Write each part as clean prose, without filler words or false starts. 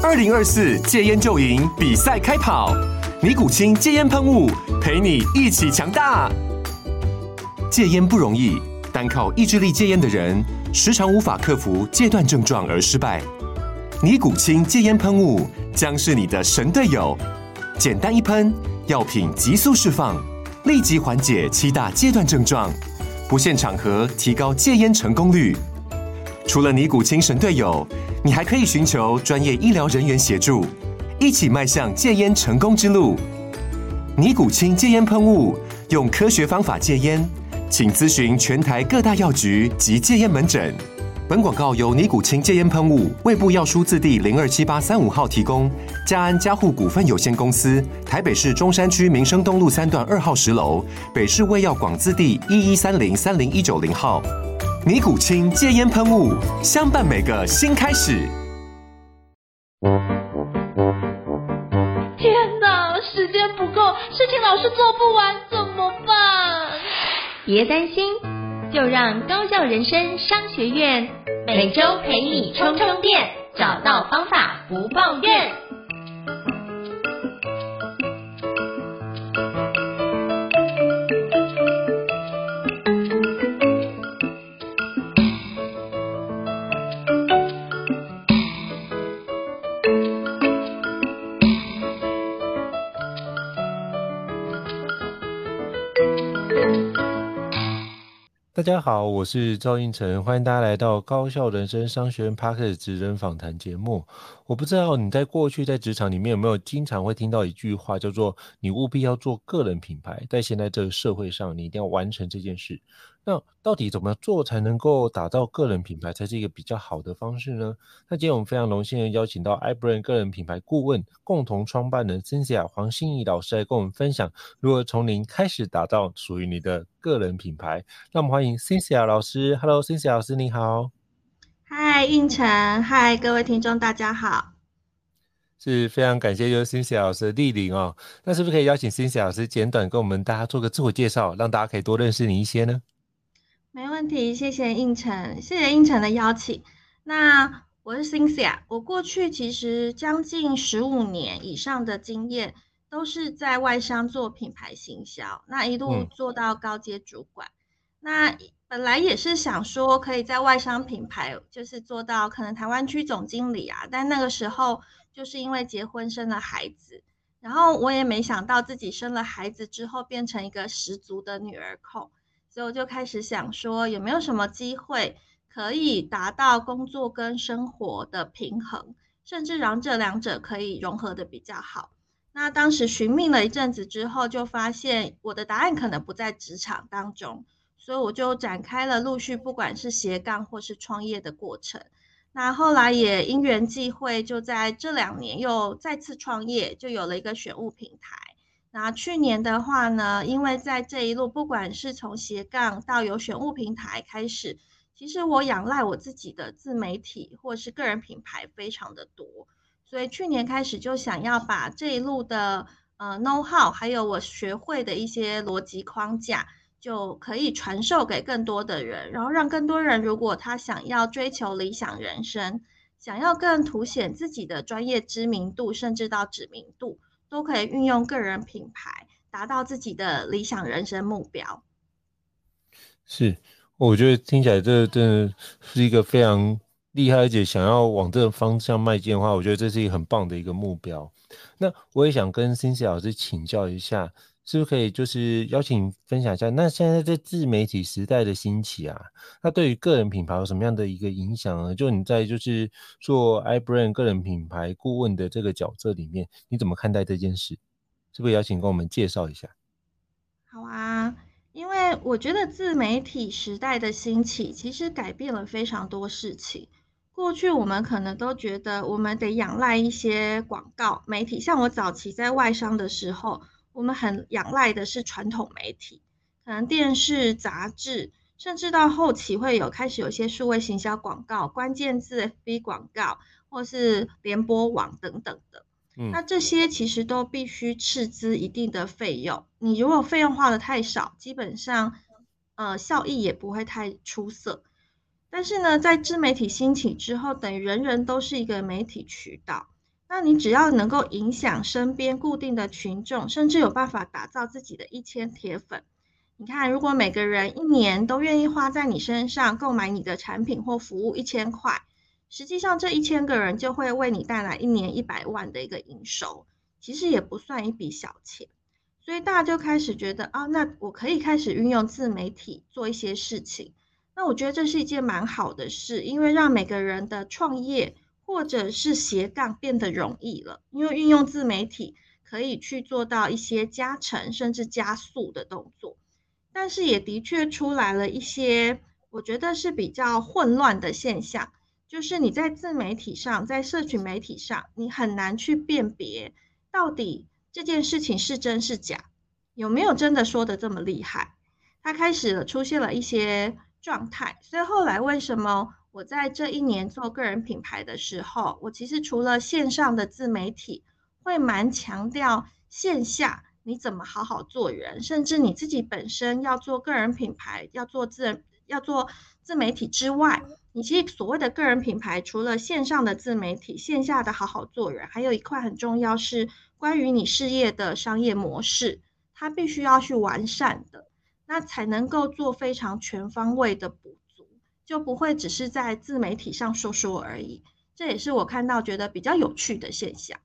2024戒烟就赢比赛开跑，尼古清戒烟喷雾陪你一起强大。戒烟不容易，单靠意志力戒烟的人，时常无法克服戒断症状而失败。尼古清戒烟喷雾将是你的神队友，简单一喷，药品急速释放，立即缓解7大戒断症状，不限场合提高戒烟成功率。除了尼古清神队友，你还可以寻求专业医疗人员协助，一起迈向戒烟成功之路。尼古清戒烟喷雾，用科学方法戒烟，请咨询全台各大药局及戒烟门诊。本广告由尼古清戒烟喷雾、卫部药书字第027835号提供，嘉安嘉护股份有限公司，台北市中山区民生东路3段2号10楼，北市卫药广字第1130-30190号。尼古清戒烟喷雾，相伴每个新开始。 天哪，时间不够，事情老是做不完，怎么办？ 别担心，就让高效人生商学院每周陪你充充电，找到方法不抱怨。 大家好，我是赵应成，欢迎大家来到高效人生商学院 Podcast 职人访谈节目。我不知道你在过去在职场里面有没有经常会听到一句话，叫做你务必要做个人品牌，在现在这个社会上你一定要完成这件事。那到底怎么做才能够打造个人品牌才是一个比较好的方式呢？那今天我们非常荣幸的邀请到 iBrain 个人品牌顾问共同创办人 Cynthia 黄欣怡老师来跟我们分享如何从零开始打造属于你的个人品牌。那我们欢迎 Cynthia 老师。 Hello Cynthia 老师，你好。 嗨，应成，嗨，各位听众大家好。 是非常感谢就是 Cynthia 老师的莅临哦。那是不是可以邀请 Cynthia 老师简短跟我们大家做个自我介绍，让大家可以多认识你一些呢？ 没问题，谢谢应成，谢谢应成的邀请。那我是 Cynthia， 我过去其实将近15年以上的经验，都是在外商做品牌行销，那一路做到高阶主管。那本来也是想说可以在外商品牌就是做到可能台湾区总经理啊，但那个时候就是因为结婚生了孩子，然后我也没想到自己生了孩子之后变成一个十足的女儿控，所以我就开始想说有没有什么机会可以达到工作跟生活的平衡，甚至让这两者可以融合的比较好。那当时寻觅了一阵子之后，就发现我的答案可能不在职场当中，所以我就展开了陆续不管是斜杠或是创业的过程。那后来也因缘际会，就在这2年又再次创业，就有了一个选物平台。那去年的话呢，因为在这一路不管是从斜杠到有选物平台开始，其实我仰赖我自己的自媒体或是个人品牌非常的多，所以去年开始就想要把这一路的know how 还有我学会的一些逻辑框架就可以传授给更多的人，然后让更多人如果他想要追求理想人生，想要更凸显自己的专业知名度甚至到知名度，都可以运用个人品牌达到自己的理想人生目标。 是，我觉得听起来这真的是一个非常厉害，而且想要往这个方向迈进的话，我觉得这是一个很棒的一个目标。那我也想跟 Cynthia 老师请教一下，是不是可以就是邀请分享一下，那现在在自媒体时代的兴起啊，那对于个人品牌有什么样的一个影响呢？就你在就是做 iBrain 个人品牌顾问的这个角色里面，你怎么看待这件事？是不是邀请跟我们介绍一下？ 好啊，因为我觉得自媒体时代的兴起其实改变了非常多事情。过去我们可能都觉得我们得仰赖一些广告媒体，像我早期在外商的时候，我们很仰赖的是传统媒体，可能电视、杂志，甚至到后期会开始有一些数位行销广告、关键字 FB 广告，或是联播网等等的。那这些其实都必须斥资一定的费用，你如果费用花的太少，基本上效益也不会太出色。但是呢，在自媒体兴起之后，等于人人都是一个媒体渠道。 那你只要能够影响身边固定的群众，甚至有办法打造自己的1000铁粉。你看，如果每个人一年都愿意花在你身上购买你的产品或服务1000块，实际上这1000个人就会为你带来一年100万的一个营收，其实也不算一笔小钱。所以大家就开始觉得那我可以开始运用自媒体做一些事情。那我觉得这是一件蛮好的事，因为让每个人的创业或者是斜杠变得容易了，因为运用自媒体可以去做到一些加成甚至加速的动作。但是也的确出来了一些我觉得是比较混乱的现象，就是你在自媒体上，在社群媒体上，你很难去辨别到底这件事情是真是假，有没有真的说的这么厉害。它开始出现了一些状态，所以后来为什么我在这一年做个人品牌的时候，我其实除了线上的自媒体，会蛮强调线下你怎么好好做人，甚至你自己本身要做个人品牌，要做自媒体之外，你其实所谓的个人品牌，除了线上的自媒体，线下的好好做人，还有一块很重要是关于你事业的商业模式，它必须要去完善的，那才能够做非常全方位的补足，就不会只是在自媒体上说说而已。这也是我看到觉得比较有趣的现象。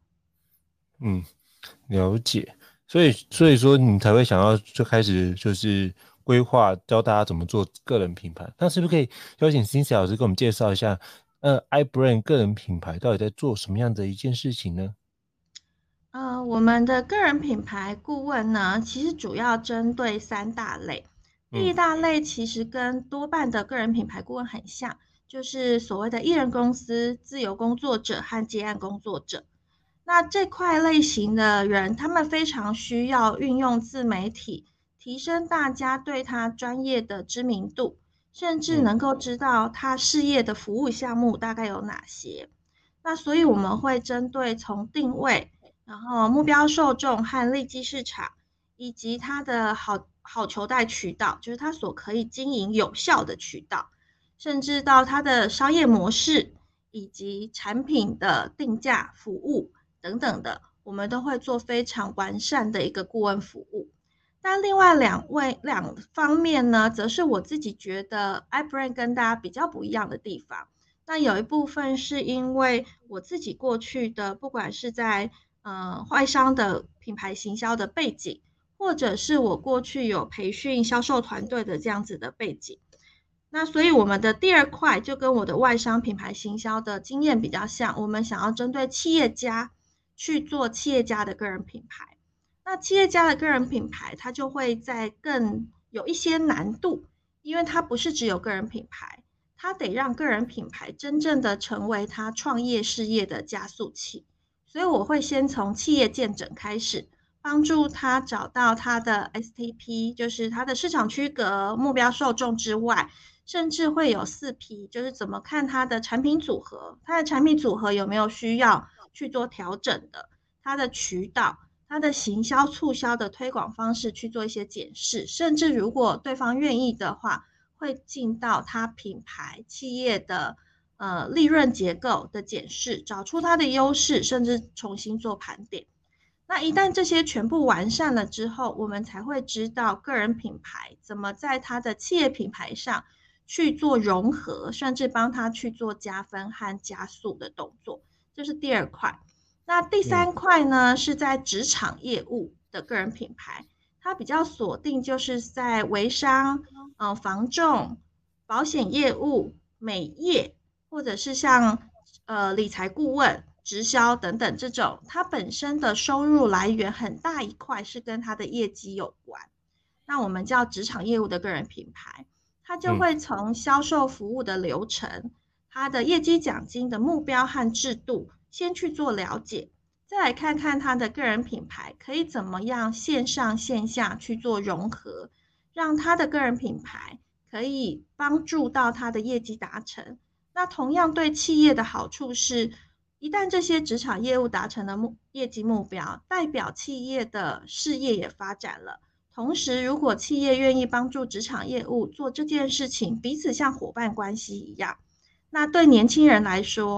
了解。所以说你才会想要就开始就是规划教大家怎么做个人品牌。那是不是可以邀请 Cynthia 老师给我们介绍一下iBrand 个人品牌到底在做什么样的一件事情呢？ 我们的个人品牌顾问呢，其实主要针对3大类。第一大类其实跟多半的个人品牌顾问很像，就是所谓的艺人公司、自由工作者和接案工作者。那这块类型的人，他们非常需要运用自媒体，提升大家对他专业的知名度，甚至能够知道他事业的服务项目大概有哪些。那所以我们会针对从定位，然后目标受众和利基市场，以及他的好球带渠道，就是他所可以经营有效的渠道，甚至到他的商业模式，以及产品的定价、服务等等的，我们都会做非常完善的一个顾问服务。但另外两方面呢，则是我自己觉得 iBrand 跟大家比较不一样的地方。那有一部分是因为我自己过去的，不管是在外商的品牌行销的背景，或者是我过去有培训销售团队的这样子的背景。那所以我们的第二块就跟我的外商品牌行销的经验比较像，我们想要针对企业家去做企业家的个人品牌。那企业家的个人品牌，它就会在更有一些难度，因为它不是只有个人品牌，它得让个人品牌真正的成为他创业事业的加速器。所以我会先从企业见诊开始，帮助他找到他的 STP， 就是他的市场区隔、目标受众之外，甚至会有4P， 就是怎么看他的产品组合，他的产品组合有没有需要去做调整的，他的渠道，他的行销促销的推广方式去做一些检视，甚至如果对方愿意的话，会进到他品牌企业的利润结构的检视，找出它的优势，甚至重新做盘点。那一旦这些全部完善了之后，我们才会知道个人品牌怎么在它的企业品牌上去做融合，甚至帮它去做加分和加速的动作。这是第二块。那第三块呢，是在职场业务的个人品牌，它比较锁定就是在微商、房仲、保险业务、美业，或者是像理财顾问、直销等等这种，它本身的收入来源很大一块是跟它的业绩有关。那我们叫职场业务的个人品牌，它就会从销售服务的流程、它的业绩奖金的目标和制度先去做了解，再来看看它的个人品牌可以怎么样线上线下去做融合，让它的个人品牌可以帮助到它的业绩达成。那同样对企业的好处是，一旦这些职场业务达成了业绩目标，代表企业的事业也发展了。同时，如果企业愿意帮助职场业务做这件事情，彼此像伙伴关系一样，那对年轻人来说，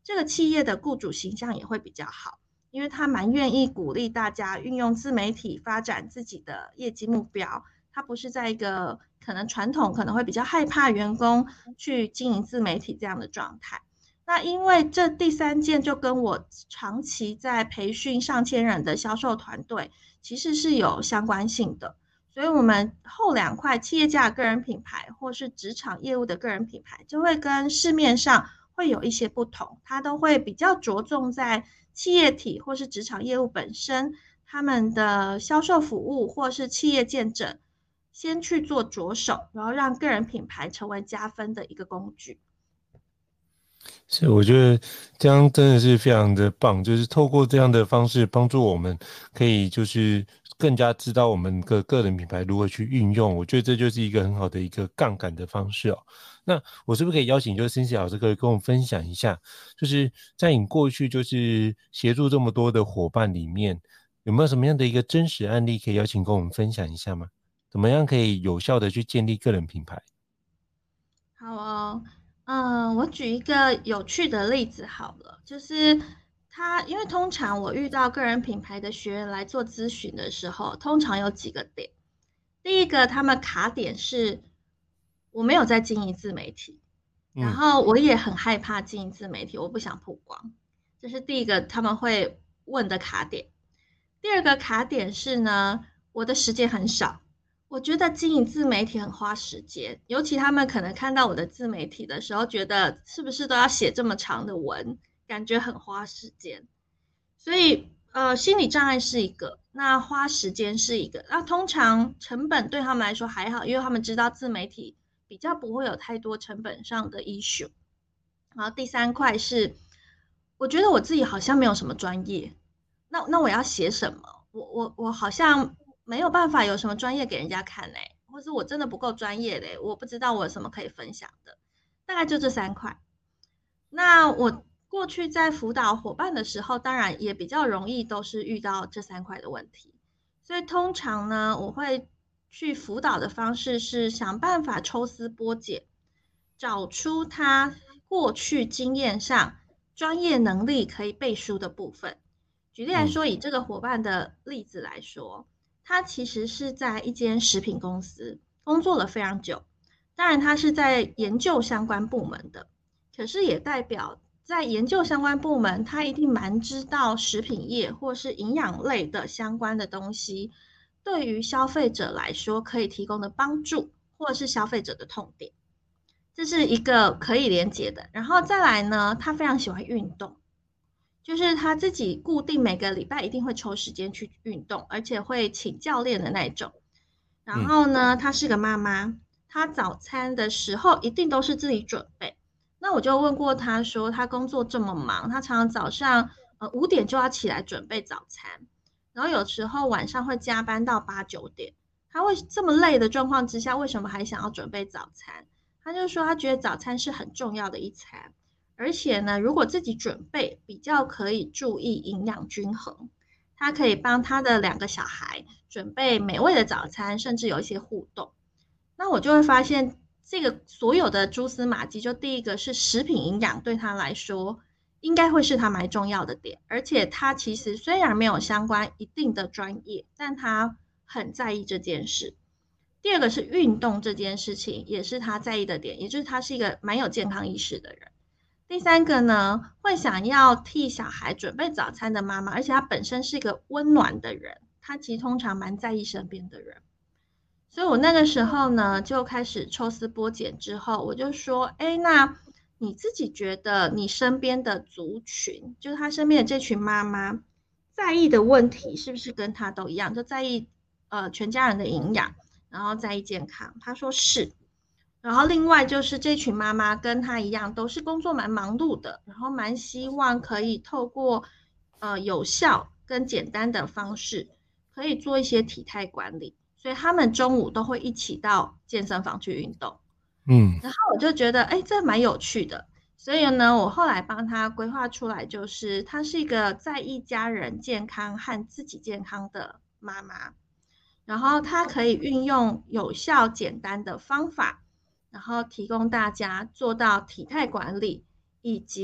这个企业的雇主形象也会比较好，因为他蛮愿意鼓励大家运用自媒体发展自己的业绩目标。他不是在一个可能传统可能会比较害怕员工去经营自媒体这样的状态。那因为这第3件就跟我长期在培训上千人的销售团队其实是有相关性的，所以我们后2块企业家的个人品牌或是职场业务的个人品牌就会跟市面上会有一些不同，它都会比较着重在企业体或是职场业务本身他们的销售服务或是企业见证先去做着手，然后让个人品牌成为加分的一个工具。 是，我觉得这样真的是非常的棒，就是透过这样的方式帮助我们可以就是更加知道我们的个人品牌如何去运用，我觉得这就是一个很好的一个杠杆的方式哦。那我是不是可以邀请就是Cindy老师可以跟我们分享一下，就是在你过去就是协助这么多的伙伴里面，有没有什么样的一个真实案例可以邀请跟我们分享一下吗？怎么样可以有效的去建立个人品牌？ 好哦，我举一个有趣的例子好了，就是因为通常我遇到个人品牌的学员来做咨询的时候，通常有几个点。第一个，他们卡点是我没有在经营自媒体，然后我也很害怕经营自媒体，我不想曝光，这是第一个他们会问的卡点。第二个卡点是呢，我的时间很少。我觉得经营自媒体很花时间，尤其他们可能看到我的自媒体的时候，觉得是不是都要写这么长的文，感觉很花时间。所以心理障碍是一个，那花时间是一个。那通常成本对他们来说还好，因为他们知道自媒体比较不会有太多成本上的 issue。然后第3块是，我觉得我自己好像没有什么专业，那我要写什么？我好像没有办法有什么专业给人家看嘞，或是我真的不够专业嘞，我不知道我有什么可以分享的，大概就这3块。那我过去在辅导伙伴的时候，当然也比较容易都是遇到这3块的问题，所以通常呢，我会去辅导的方式是想办法抽丝剥茧，找出他过去经验上专业能力可以背书的部分。举例来说，以这个伙伴的例子来说，他其实是在一间食品公司工作了非常久，当然他是在研究相关部门的，可是也代表在研究相关部门，他一定蛮知道食品业或是营养类的相关的东西，对于消费者来说可以提供的帮助，或是消费者的痛点，这是一个可以连结的。然后再来呢，他非常喜欢运动。就是他自己固定每个礼拜一定会抽时间去运动，而且会请教练的那种。然后呢，她是个妈妈，她早餐的时候一定都是自己准备。那我就问过她说，她工作这么忙，她常常早上5点就要起来准备早餐，然后有时候晚上会加班到8、9点。她会这么累的状况之下，为什么还想要准备早餐？她就说她觉得早餐是很重要的一餐。而且呢，如果自己准备，比较可以注意营养均衡。他可以帮他的2个小孩准备美味的早餐，甚至有一些互动。那我就会发现，这个所有的蛛丝马迹，就第一个是食品营养对他来说，应该会是他蛮重要的点。而且他其实虽然没有相关一定的专业，但他很在意这件事。第二个是运动这件事情，也是他在意的点，也就是他是一个蛮有健康意识的人。第3个呢，会想要替小孩准备早餐的妈妈，而且她本身是一个温暖的人，她其实通常蛮在意身边的人。所以我那个时候呢，就开始抽丝剥茧之后，我就说，那你自己觉得你身边的族群，就是她身边的这群妈妈，在意的问题是不是跟她都一样，就在意全家人的营养，然后在意健康？她说是。然后另外就是这群妈妈跟她一样，都是工作蛮忙碌的，然后蛮希望可以透过有效跟简单的方式，可以做一些体态管理，所以他们中午都会一起到健身房去运动。然后我就觉得这蛮有趣的，所以呢，我后来帮她规划出来，就是她是一个在意家人健康和自己健康的妈妈，然后她可以运用有效简单的方法，然后提供大家做到体态管理以及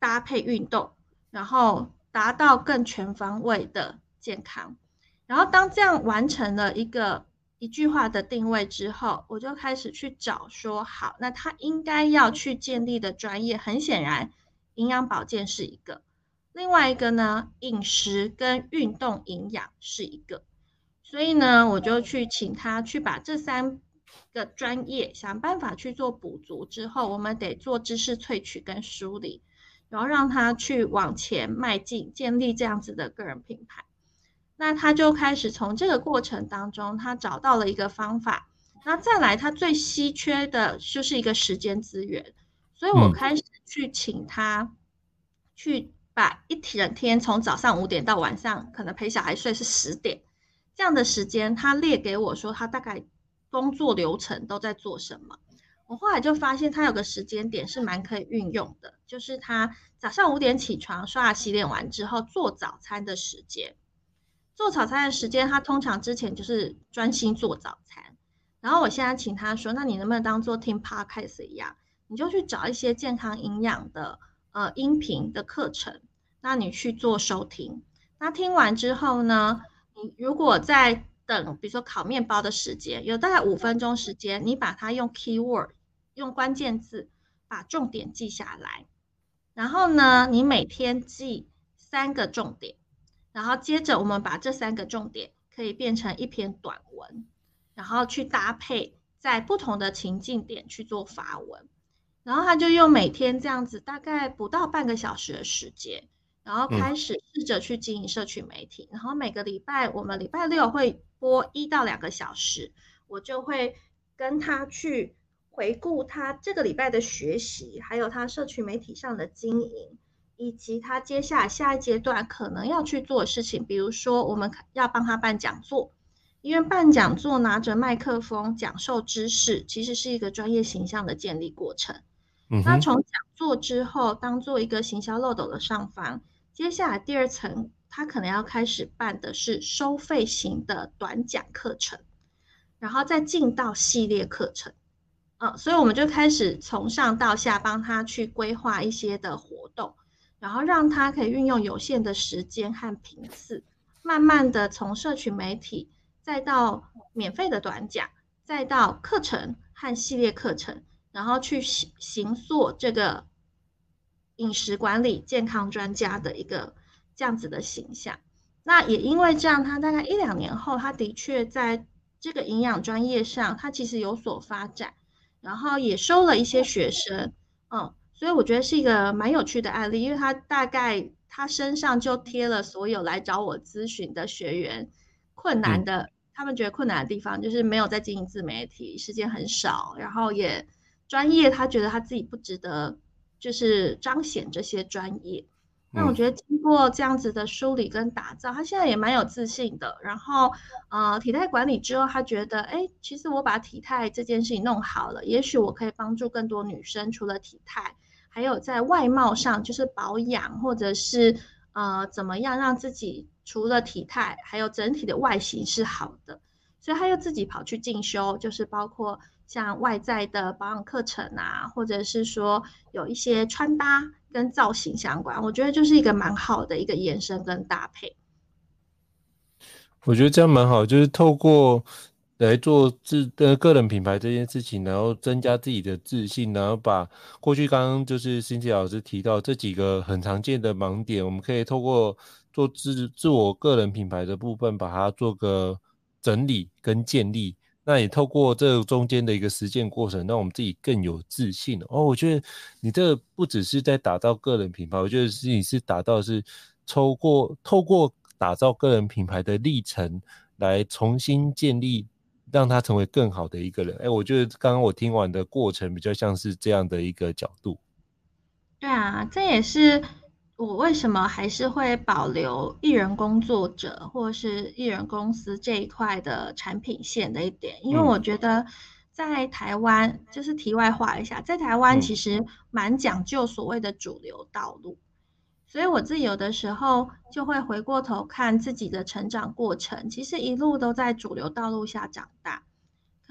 搭配运动，然后达到更全方位的健康。然后当这样完成了一句话的定位之后，我就开始去找说，好，那他应该要去建立的专业，很显然营养保健是一个，另外一个呢，饮食跟运动营养是一个。所以呢，我就去请他去把这3个专业想办法去做补足之后，我们得做知识萃取跟梳理，然后让他去往前迈进，建立这样子的个人品牌。那他就开始从这个过程当中，他找到了一个方法。那再来，他最稀缺的就是一个时间资源，所以我开始去请他去把一整天从早上5点到晚上可能陪小孩睡是10点这样的时间，他列给我说他大概工作流程都在做什么。我后来就发现他有个时间点是蛮可以运用的，就是他早上5点起床，刷牙洗脸完之后做早餐的时间。做早餐的时间，他通常之前就是专心做早餐。然后我现在请他说，那你能不能当做听 podcast 一样，你就去找一些健康营养的音频的课程，那你去做收听。那听完之后呢，你如果在等比如说烤面包的时间，有大概5分钟时间，你把它用 keyword 用关键字把重点记下来，然后呢你每天记3个重点，然后接着我们把这3个重点可以变成一篇短文，然后去搭配在不同的情境点去做发文。然后他就用每天这样子大概不到半个小时的时间，然后开始试着去经营社群媒体。然后每个礼拜我们礼拜6会播1到2个小时，我就会跟他去回顾他这个礼拜的学习，还有他社群媒体上的经营，以及他接下来下一阶段可能要去做的事情。比如说我们要帮他办讲座，因为办讲座拿着麦克风讲授知识其实是一个专业形象的建立过程。那从讲座之后当做一个行销漏斗的上方，接下来第2层他可能要开始办的是收费型的短讲课程，然后再进到系列课程。所以我们就开始从上到下帮他去规划一些的活动，然后让他可以运用有限的时间和频次，慢慢的从社群媒体再到免费的短讲，再到课程和系列课程，然后去形塑这个饮食管理健康专家的一个这样子的形象。那也因为这样，他大概1-2年后，他的确在这个营养专业上他其实有所发展，然后也收了一些学生。所以我觉得是一个蛮有趣的案例，因为他大概他身上就贴了所有来找我咨询的学员困难的，他们觉得困难的地方就是没有在经营自媒体，时间很少，然后也专业他觉得他自己不值得就是彰显这些专业。那我觉得经过这样子的梳理跟打造，他现在也蛮有自信的。然后体态管理之后，他觉得其实我把体态这件事情弄好了，也许我可以帮助更多女生，除了体态还有在外貌上就是保养，或者是怎么样让自己除了体态还有整体的外形是好的。所以他又自己跑去进修，就是包括像外在的保养课程啊，或者是说有一些穿搭跟造型相关，我觉得就是一个蛮好的一个延伸跟搭配。 我觉得这样蛮好，就是透过来做个人品牌这件事情，然后增加自己的自信，然后把过去刚刚就是Cindy老师提到这几个很常见的盲点，我们可以透过做自我个人品牌的部分，把它做个整理跟建立。那也透过这中间的一个实践过程，让我们自己更有自信。我觉得你这不只是在打造个人品牌，我觉得你是打造是透过打造个人品牌的历程来重新建立，让他成为更好的一个人。我觉得刚刚我听完的过程比较像是这样的一个角度。 对啊，这也是我为什么还是会保留艺人工作者或是艺人公司这一块的产品线的一点，因为我觉得在台湾，就是题外话一下，在台湾其实蛮讲究所谓的主流道路，所以我自己有的时候就会回过头看自己的成长过程，其实一路都在主流道路下长大。可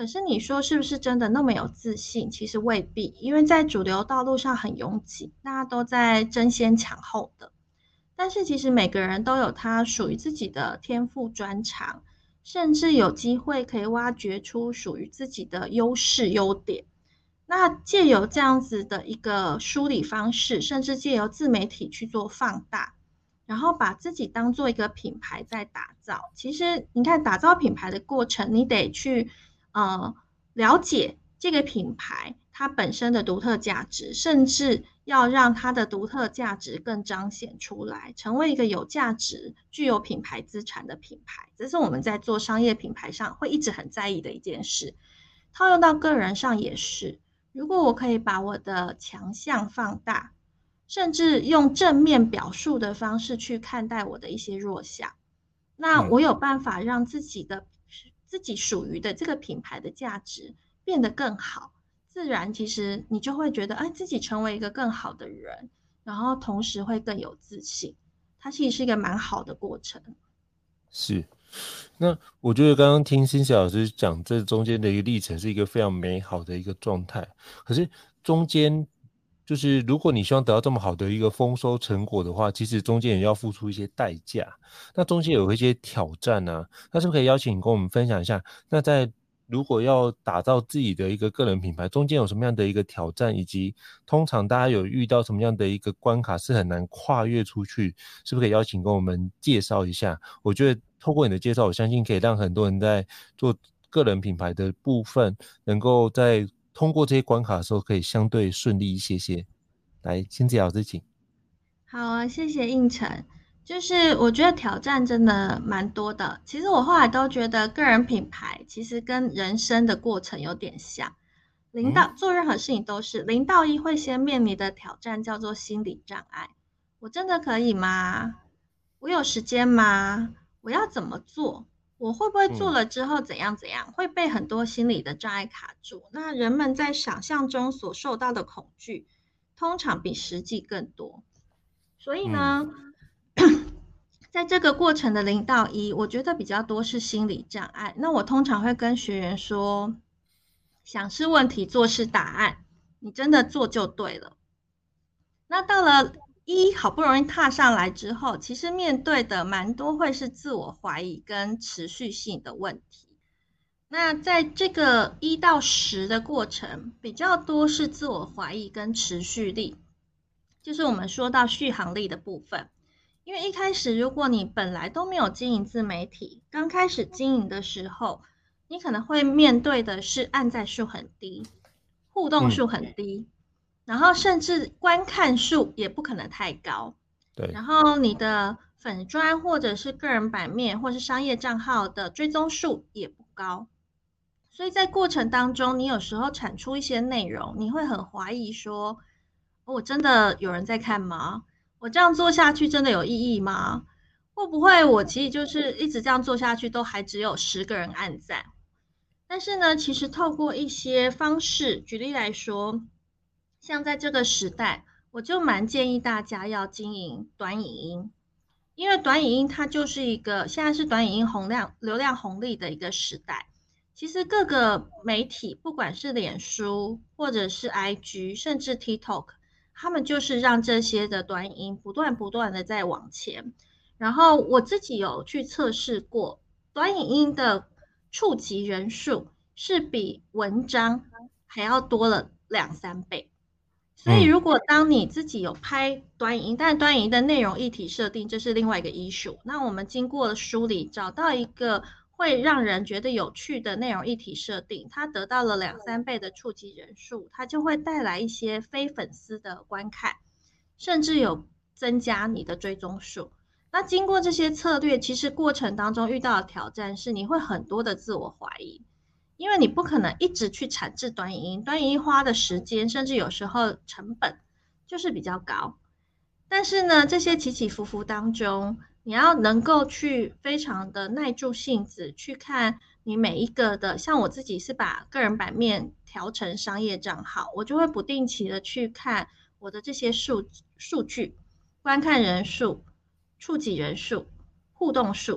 可是你说是不是真的那么有自信？其实未必，因为在主流道路上很拥挤，大家都在争先抢后的。但是其实每个人都有他属于自己的天赋专长，甚至有机会可以挖掘出属于自己的优势优点。那借由这样子的一个梳理方式，甚至借由自媒体去做放大，然后把自己当做一个品牌在打造。其实你看打造品牌的过程，你得去了解这个品牌它本身的独特价值，甚至要让它的独特价值更彰显出来，成为一个有价值、具有品牌资产的品牌。这是我们在做商业品牌上会一直很在意的一件事。套用到个人上也是，如果我可以把我的强项放大，甚至用正面表述的方式去看待我的一些弱项，那我有办法让自己属于的这个品牌的价值变得更好，自然其实你就会觉得自己成为一个更好的人，然后同时会更有自信。它其实是一个蛮好的过程。 是，那我觉得刚刚听Cynthia老师讲这中间的一个历程是一个非常美好的一个状态，可是中间就是如果你希望得到这么好的一个丰收成果的话，其实中间也要付出一些代价，那中间有一些挑战啊，那是不是可以邀请你跟我们分享一下，那在如果要打造自己的一个个人品牌，中间有什么样的一个挑战，以及通常大家有遇到什么样的一个关卡是很难跨越出去，是不是可以邀请跟我们介绍一下？我觉得透过你的介绍，我相信可以让很多人在做个人品牌的部分，能够在通过这些关卡的时候可以相对顺利一些些。来，Cynthia老师请。 好啊，谢谢应成。就是我觉得挑战真的蛮多的。其实我后来都觉得个人品牌其实跟人生的过程有点像，做任何事情都是0到1会先面临的挑战叫做心理障碍。我真的可以吗？我有时间吗？我要怎么做？我会不会做了之后怎样怎样？会被很多心理的障碍卡住。那人们在想象中所受到的恐惧，通常比实际更多。所以呢，在这个过程的0到1，我觉得比较多是心理障碍。那我通常会跟学员说，想是问题，做是答案，你真的做就对了。那到了1，好不容易踏上来之后，其实面对的蛮多会是自我怀疑跟持续性的问题。那在这个1到10的过程，比较多是自我怀疑跟持续力，就是我们说到续航力的部分。因为一开始如果你本来都没有经营自媒体，刚开始经营的时候，你可能会面对的是按赞数很低，互动数很低，然后甚至观看数也不可能太高。 对， 然后你的粉专或者是个人版面或是商业账号的追踪数也不高。所以在过程当中，你有时候产出一些内容，你会很怀疑说，我真的有人在看吗？我这样做下去真的有意义吗？会不会我其实就是一直这样做下去都还只有10个人按赞？但是呢，其实透过一些方式，举例来说，像在这个时代，我就蛮建议大家要经营短影音，因为短影音它就是现在是短影音流量红利的一个时代。其实各个媒体，不管是脸书或者是 IG， 甚至 TikTok， 他们就是让这些的短影音不断的在往前。然后我自己有去测试过，短影音的触及人数是比文章还要多了2-3倍。所以如果当你自己有拍短影音，但短影音的内容议题设定，这是另外一个 issue。那我们经过了梳理，找到一个会让人觉得有趣的内容议题设定，它得到了2-3倍的触及人数，它就会带来一些非粉丝的观看，甚至有增加你的追踪数。那经过这些策略，其实过程当中遇到的挑战是你会很多的自我怀疑，因为你不可能一直去产制短影音，短影音花的时间甚至有时候成本就是比较高。但是呢，这些起起伏伏当中，你要能够去非常的耐住性子去看你每一个的，像我自己是把个人版面调成商业账号，我就会不定期的去看我的这些数据，观看人数、触及人数、互动数，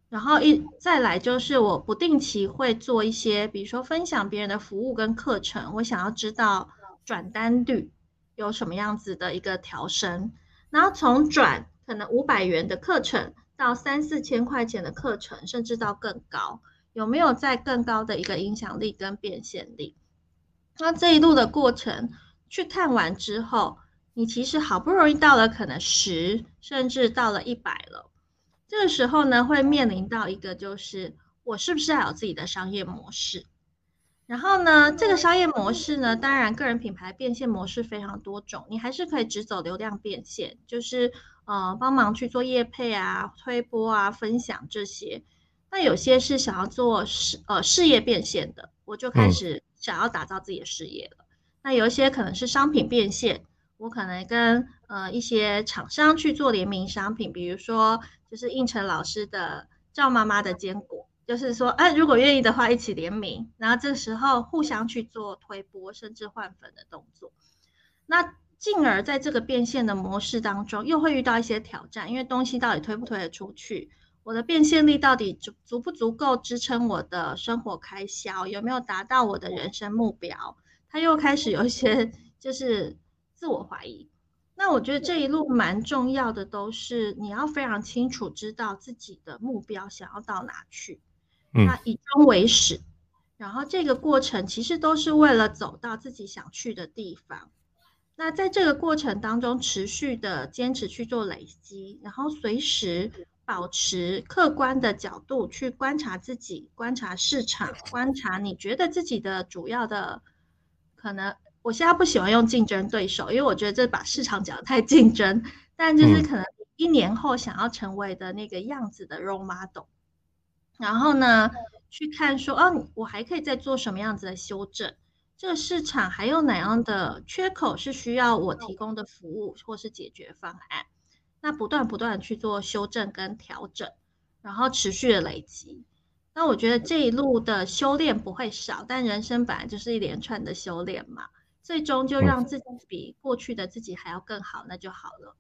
然后再来就是我不定期会做一些，比如说分享别人的服务跟课程，我想要知道转单率有什么样子的一个调升，然后从转可能500元的课程到3、4千块钱的课程，甚至到更高，有没有在更高的一个影响力跟变现力？那这一路的过程去看完之后，你其实好不容易到了可能10，甚至到了100了。这个时候呢，会面临到一个就是我是不是要有自己的商业模式？然后呢，这个商业模式呢，当然个人品牌变现模式非常多种，你还是可以只走流量变现，就是帮忙去做业配啊、推播啊、分享这些。那有些是想要做事业变现的，我就开始想要打造自己的事业了。那有一些可能是商品变现，我可能跟一些厂商去做联名商品，比如说就是应成老师的赵妈妈的坚果，就是说，如果愿意的话，一起联名，然后这时候互相去做推播，甚至换粉的动作。那进而在这个变现的模式当中，又会遇到一些挑战，因为东西到底推不推得出去，我的变现力到底足不足够支撑我的生活开销，有没有达到我的人生目标？他又开始有一些就是自我怀疑。那我觉得这一路蛮重要的，都是你要非常清楚知道自己的目标想要到哪去，那以终为始，然后这个过程其实都是为了走到自己想去的地方。那在这个过程当中，持续的坚持去做累积，然后随时保持客观的角度去观察自己，观察市场，观察你觉得自己的主要的可能。我现在不喜欢用竞争对手，因为我觉得这把市场讲得太竞争，但就是可能1年后想要成为的那个样子的 role model。然后呢，去看说，我还可以再做什么样子的修正？这个市场还有哪样的缺口是需要我提供的服务或是解决方案？那不断的去做修正跟调整，然后持续的累积。那我觉得这一路的修炼不会少，但人生本来就是一连串的修炼嘛，最终就让自己比过去的自己还要更好，那就好了。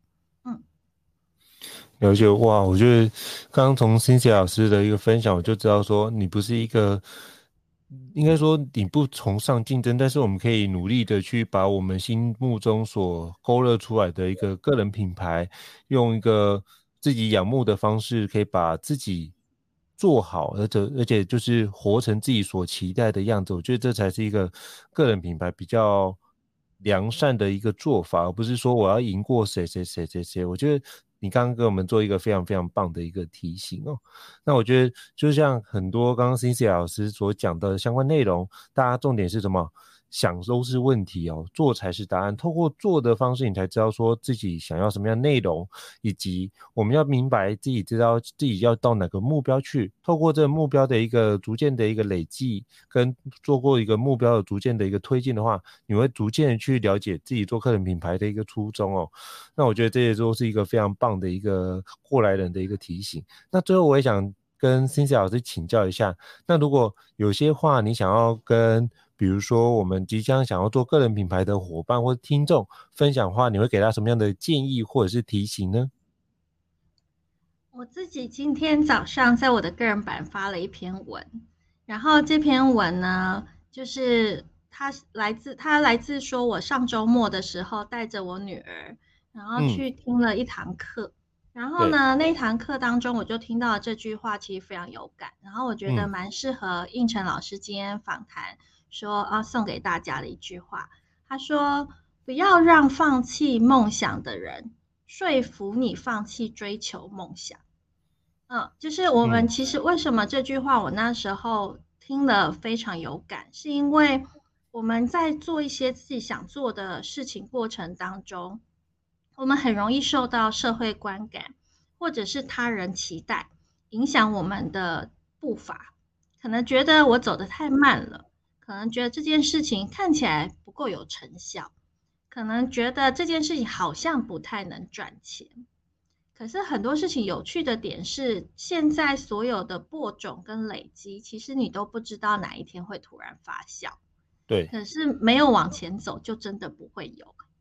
了解。哇，我觉得刚刚从Cynthia老师的一个分享，我就知道说你不是一个，应该说你不崇尚竞争，但是我们可以努力的去把我们心目中所勾勒出来的一个个人品牌，用一个自己仰慕的方式，可以把自己做好，而且就是活成自己所期待的样子。我觉得这才是一个个人品牌比较良善的一个做法，而不是说我要赢过谁。我觉得你刚刚给我们做一个非常非常棒的一个提醒哦。那我觉得就像很多刚刚 Cynthia 老师所讲的相关内容，大家重点是什么？想都是问题哦，做才是答案。透过做的方式，你才知道说自己想要什么样的内容，以及我们要明白自己知道自己要到哪个目标去。透过这个目标的一个逐渐的一个累积，跟做过一个目标的逐渐的一个推进的话，你会逐渐的去了解自己做个人品牌的一个初衷哦。那我觉得这也都是一个非常棒的一个过来人的一个提醒。那最后我也想跟 Cynthia 老师请教一下，那如果有些话你想要跟比如说我们即将想要做个人品牌的伙伴或听众分享的话，你会给他什么样的建议或者是提醒呢？ 我自己今天早上在我的个人版发了一篇文，然后这篇文呢，就是它来自说我上周末的时候带着我女儿，然后去听了一堂课，然后呢那一堂课当中我就听到这句话，其实非常有感，然后我觉得蛮适合应成老师今天访谈说送给大家的一句话，他说不要让放弃梦想的人说服你放弃追求梦想。就是我们其实为什么这句话我那时候听了非常有感，是因为我们在做一些自己想做的事情过程当中，我们很容易受到社会观感或者是他人期待影响我们的步伐，可能觉得我走得太慢了，可能觉得这件事情看起来不够有成效，可能觉得这件事情好像不太能赚钱。可是很多事情有趣的点是，现在所有的播种跟累积，其实你都不知道哪一天会突然发酵。 对， 可是没有往前走，就真的不会有。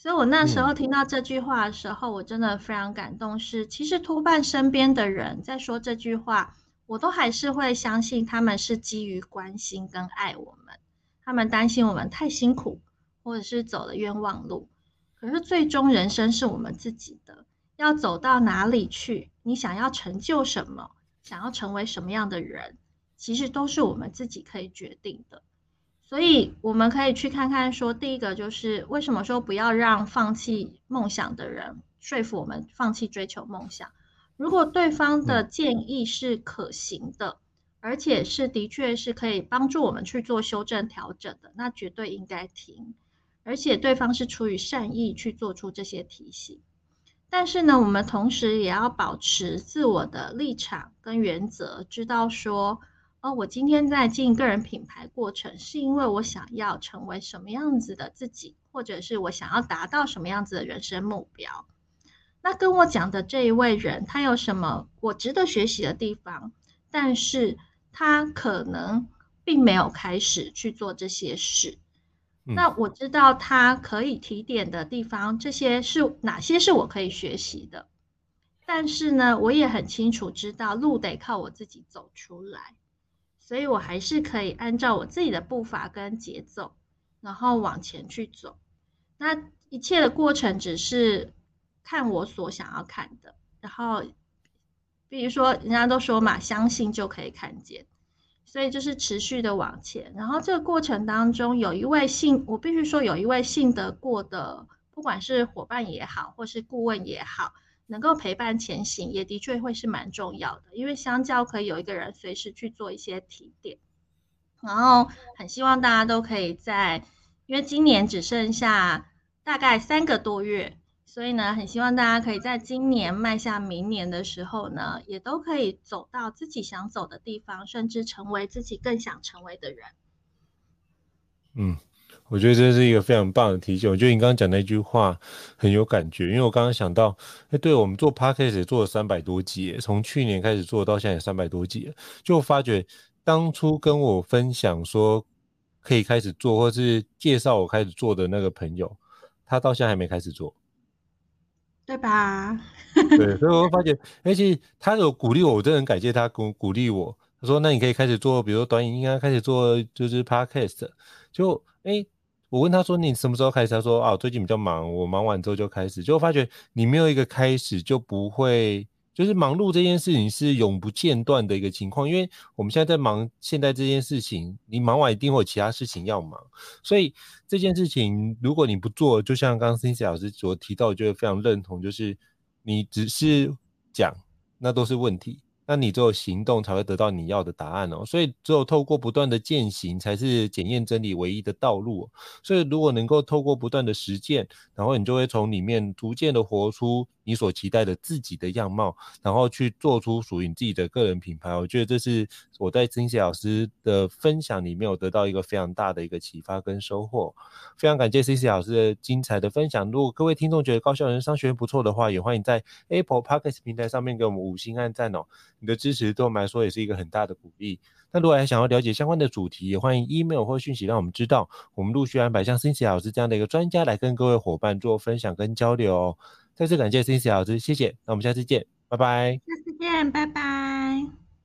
所以我那时候听到这句话的时候，我真的非常感动是，其实多半身边的人在说这句话，我都还是会相信他们是基于关心跟爱我们，他们担心我们太辛苦，或者是走了冤枉路。可是最终人生是我们自己的，要走到哪里去，你想要成就什么，想要成为什么样的人，其实都是我们自己可以决定的。所以我们可以去看看说，第一个就是为什么说不要让放弃梦想的人说服我们放弃追求梦想。如果对方的建议是可行的，而且是的确是可以帮助我们去做修正调整的，那绝对应该听。而且对方是出于善意去做出这些提醒。但是呢，我们同时也要保持自我的立场跟原则，知道说，我今天在经营个人品牌过程，是因为我想要成为什么样子的自己，或者是我想要达到什么样子的人生目标。那跟我讲的这一位人，他有什么我值得学习的地方，但是他可能并没有开始去做这些事。那我知道他可以提点的地方，这些是哪些是我可以学习的。但是呢，我也很清楚知道路得靠我自己走出来，所以我还是可以按照我自己的步伐跟节奏，然后往前去走。那一切的过程只是看我所想要看的，然后比如说人家都说嘛，相信就可以看见。所以就是持续的往前，然后这个过程当中，我必须说有一位信得过的，不管是伙伴也好，或是顾问也好，能够陪伴前行，也的确会是蛮重要的，因为相较可以有一个人随时去做一些提点。然后很希望大家都可以因为今年只剩下大概3个多月，所以呢，很希望大家可以在今年迈向明年的时候呢，也都可以走到自己想走的地方，甚至成为自己更想成为的人。 我觉得这是一个非常棒的提醒。我觉得你刚刚讲那句话很有感觉，因为我刚刚想到，对，我们做 Podcast 也做了300多集，从去年开始做到现在也300多集了，就发觉当初跟我分享说可以开始做，或是介绍我开始做的那个朋友，他到现在还没开始做。 对吧？ 对，所以我会发觉，其实他有鼓励我，我真的很感谢他鼓励我。他说：“那你可以开始做，比如说短影音啊，开始做就是 podcast。”就我问他说：“你什么时候开始？”他说：“啊，我最近比较忙，我忙完之后就开始。”就发觉你没有一个开始，就不会，就是忙碌这件事情是永不间断的一个情况。因为我们现在在忙现在这件事情，你忙完一定会有其他事情要忙，所以这件事情如果你不做，就像刚刚 Cindy 老师所提到，我觉得非常认同，就是你只是讲，那都是问题。那你只有行动才会得到你要的答案哦，所以只有透过不断的践行才是检验真理唯一的道路哦。所以如果能够透过不断的实践，然后你就会从里面逐渐的活出你所期待的自己的样貌，然后去做出属于你自己的个人品牌。我觉得这是我在Cindy老师的分享里面有得到一个非常大的一个启发跟收获。非常感谢 Cindy 老师的精彩的分享。如果各位听众觉得高效人商学院不错的话，也欢迎在 Apple Podcast 平台上面给我们5星按赞哦。你的支持对我们来说也是一个很大的鼓励。那如果还想要了解相关的主题，也欢迎 email 或讯息让我们知道，我们陆续安排像 Cindy 老师这样的一个专家来跟各位伙伴做分享跟交流哦。再次感谢 Cindy 老师，谢谢。那我们下次见，拜拜。 下次见，拜拜。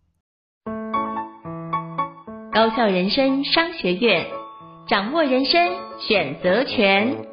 高效人生商学院，掌握人生选择权。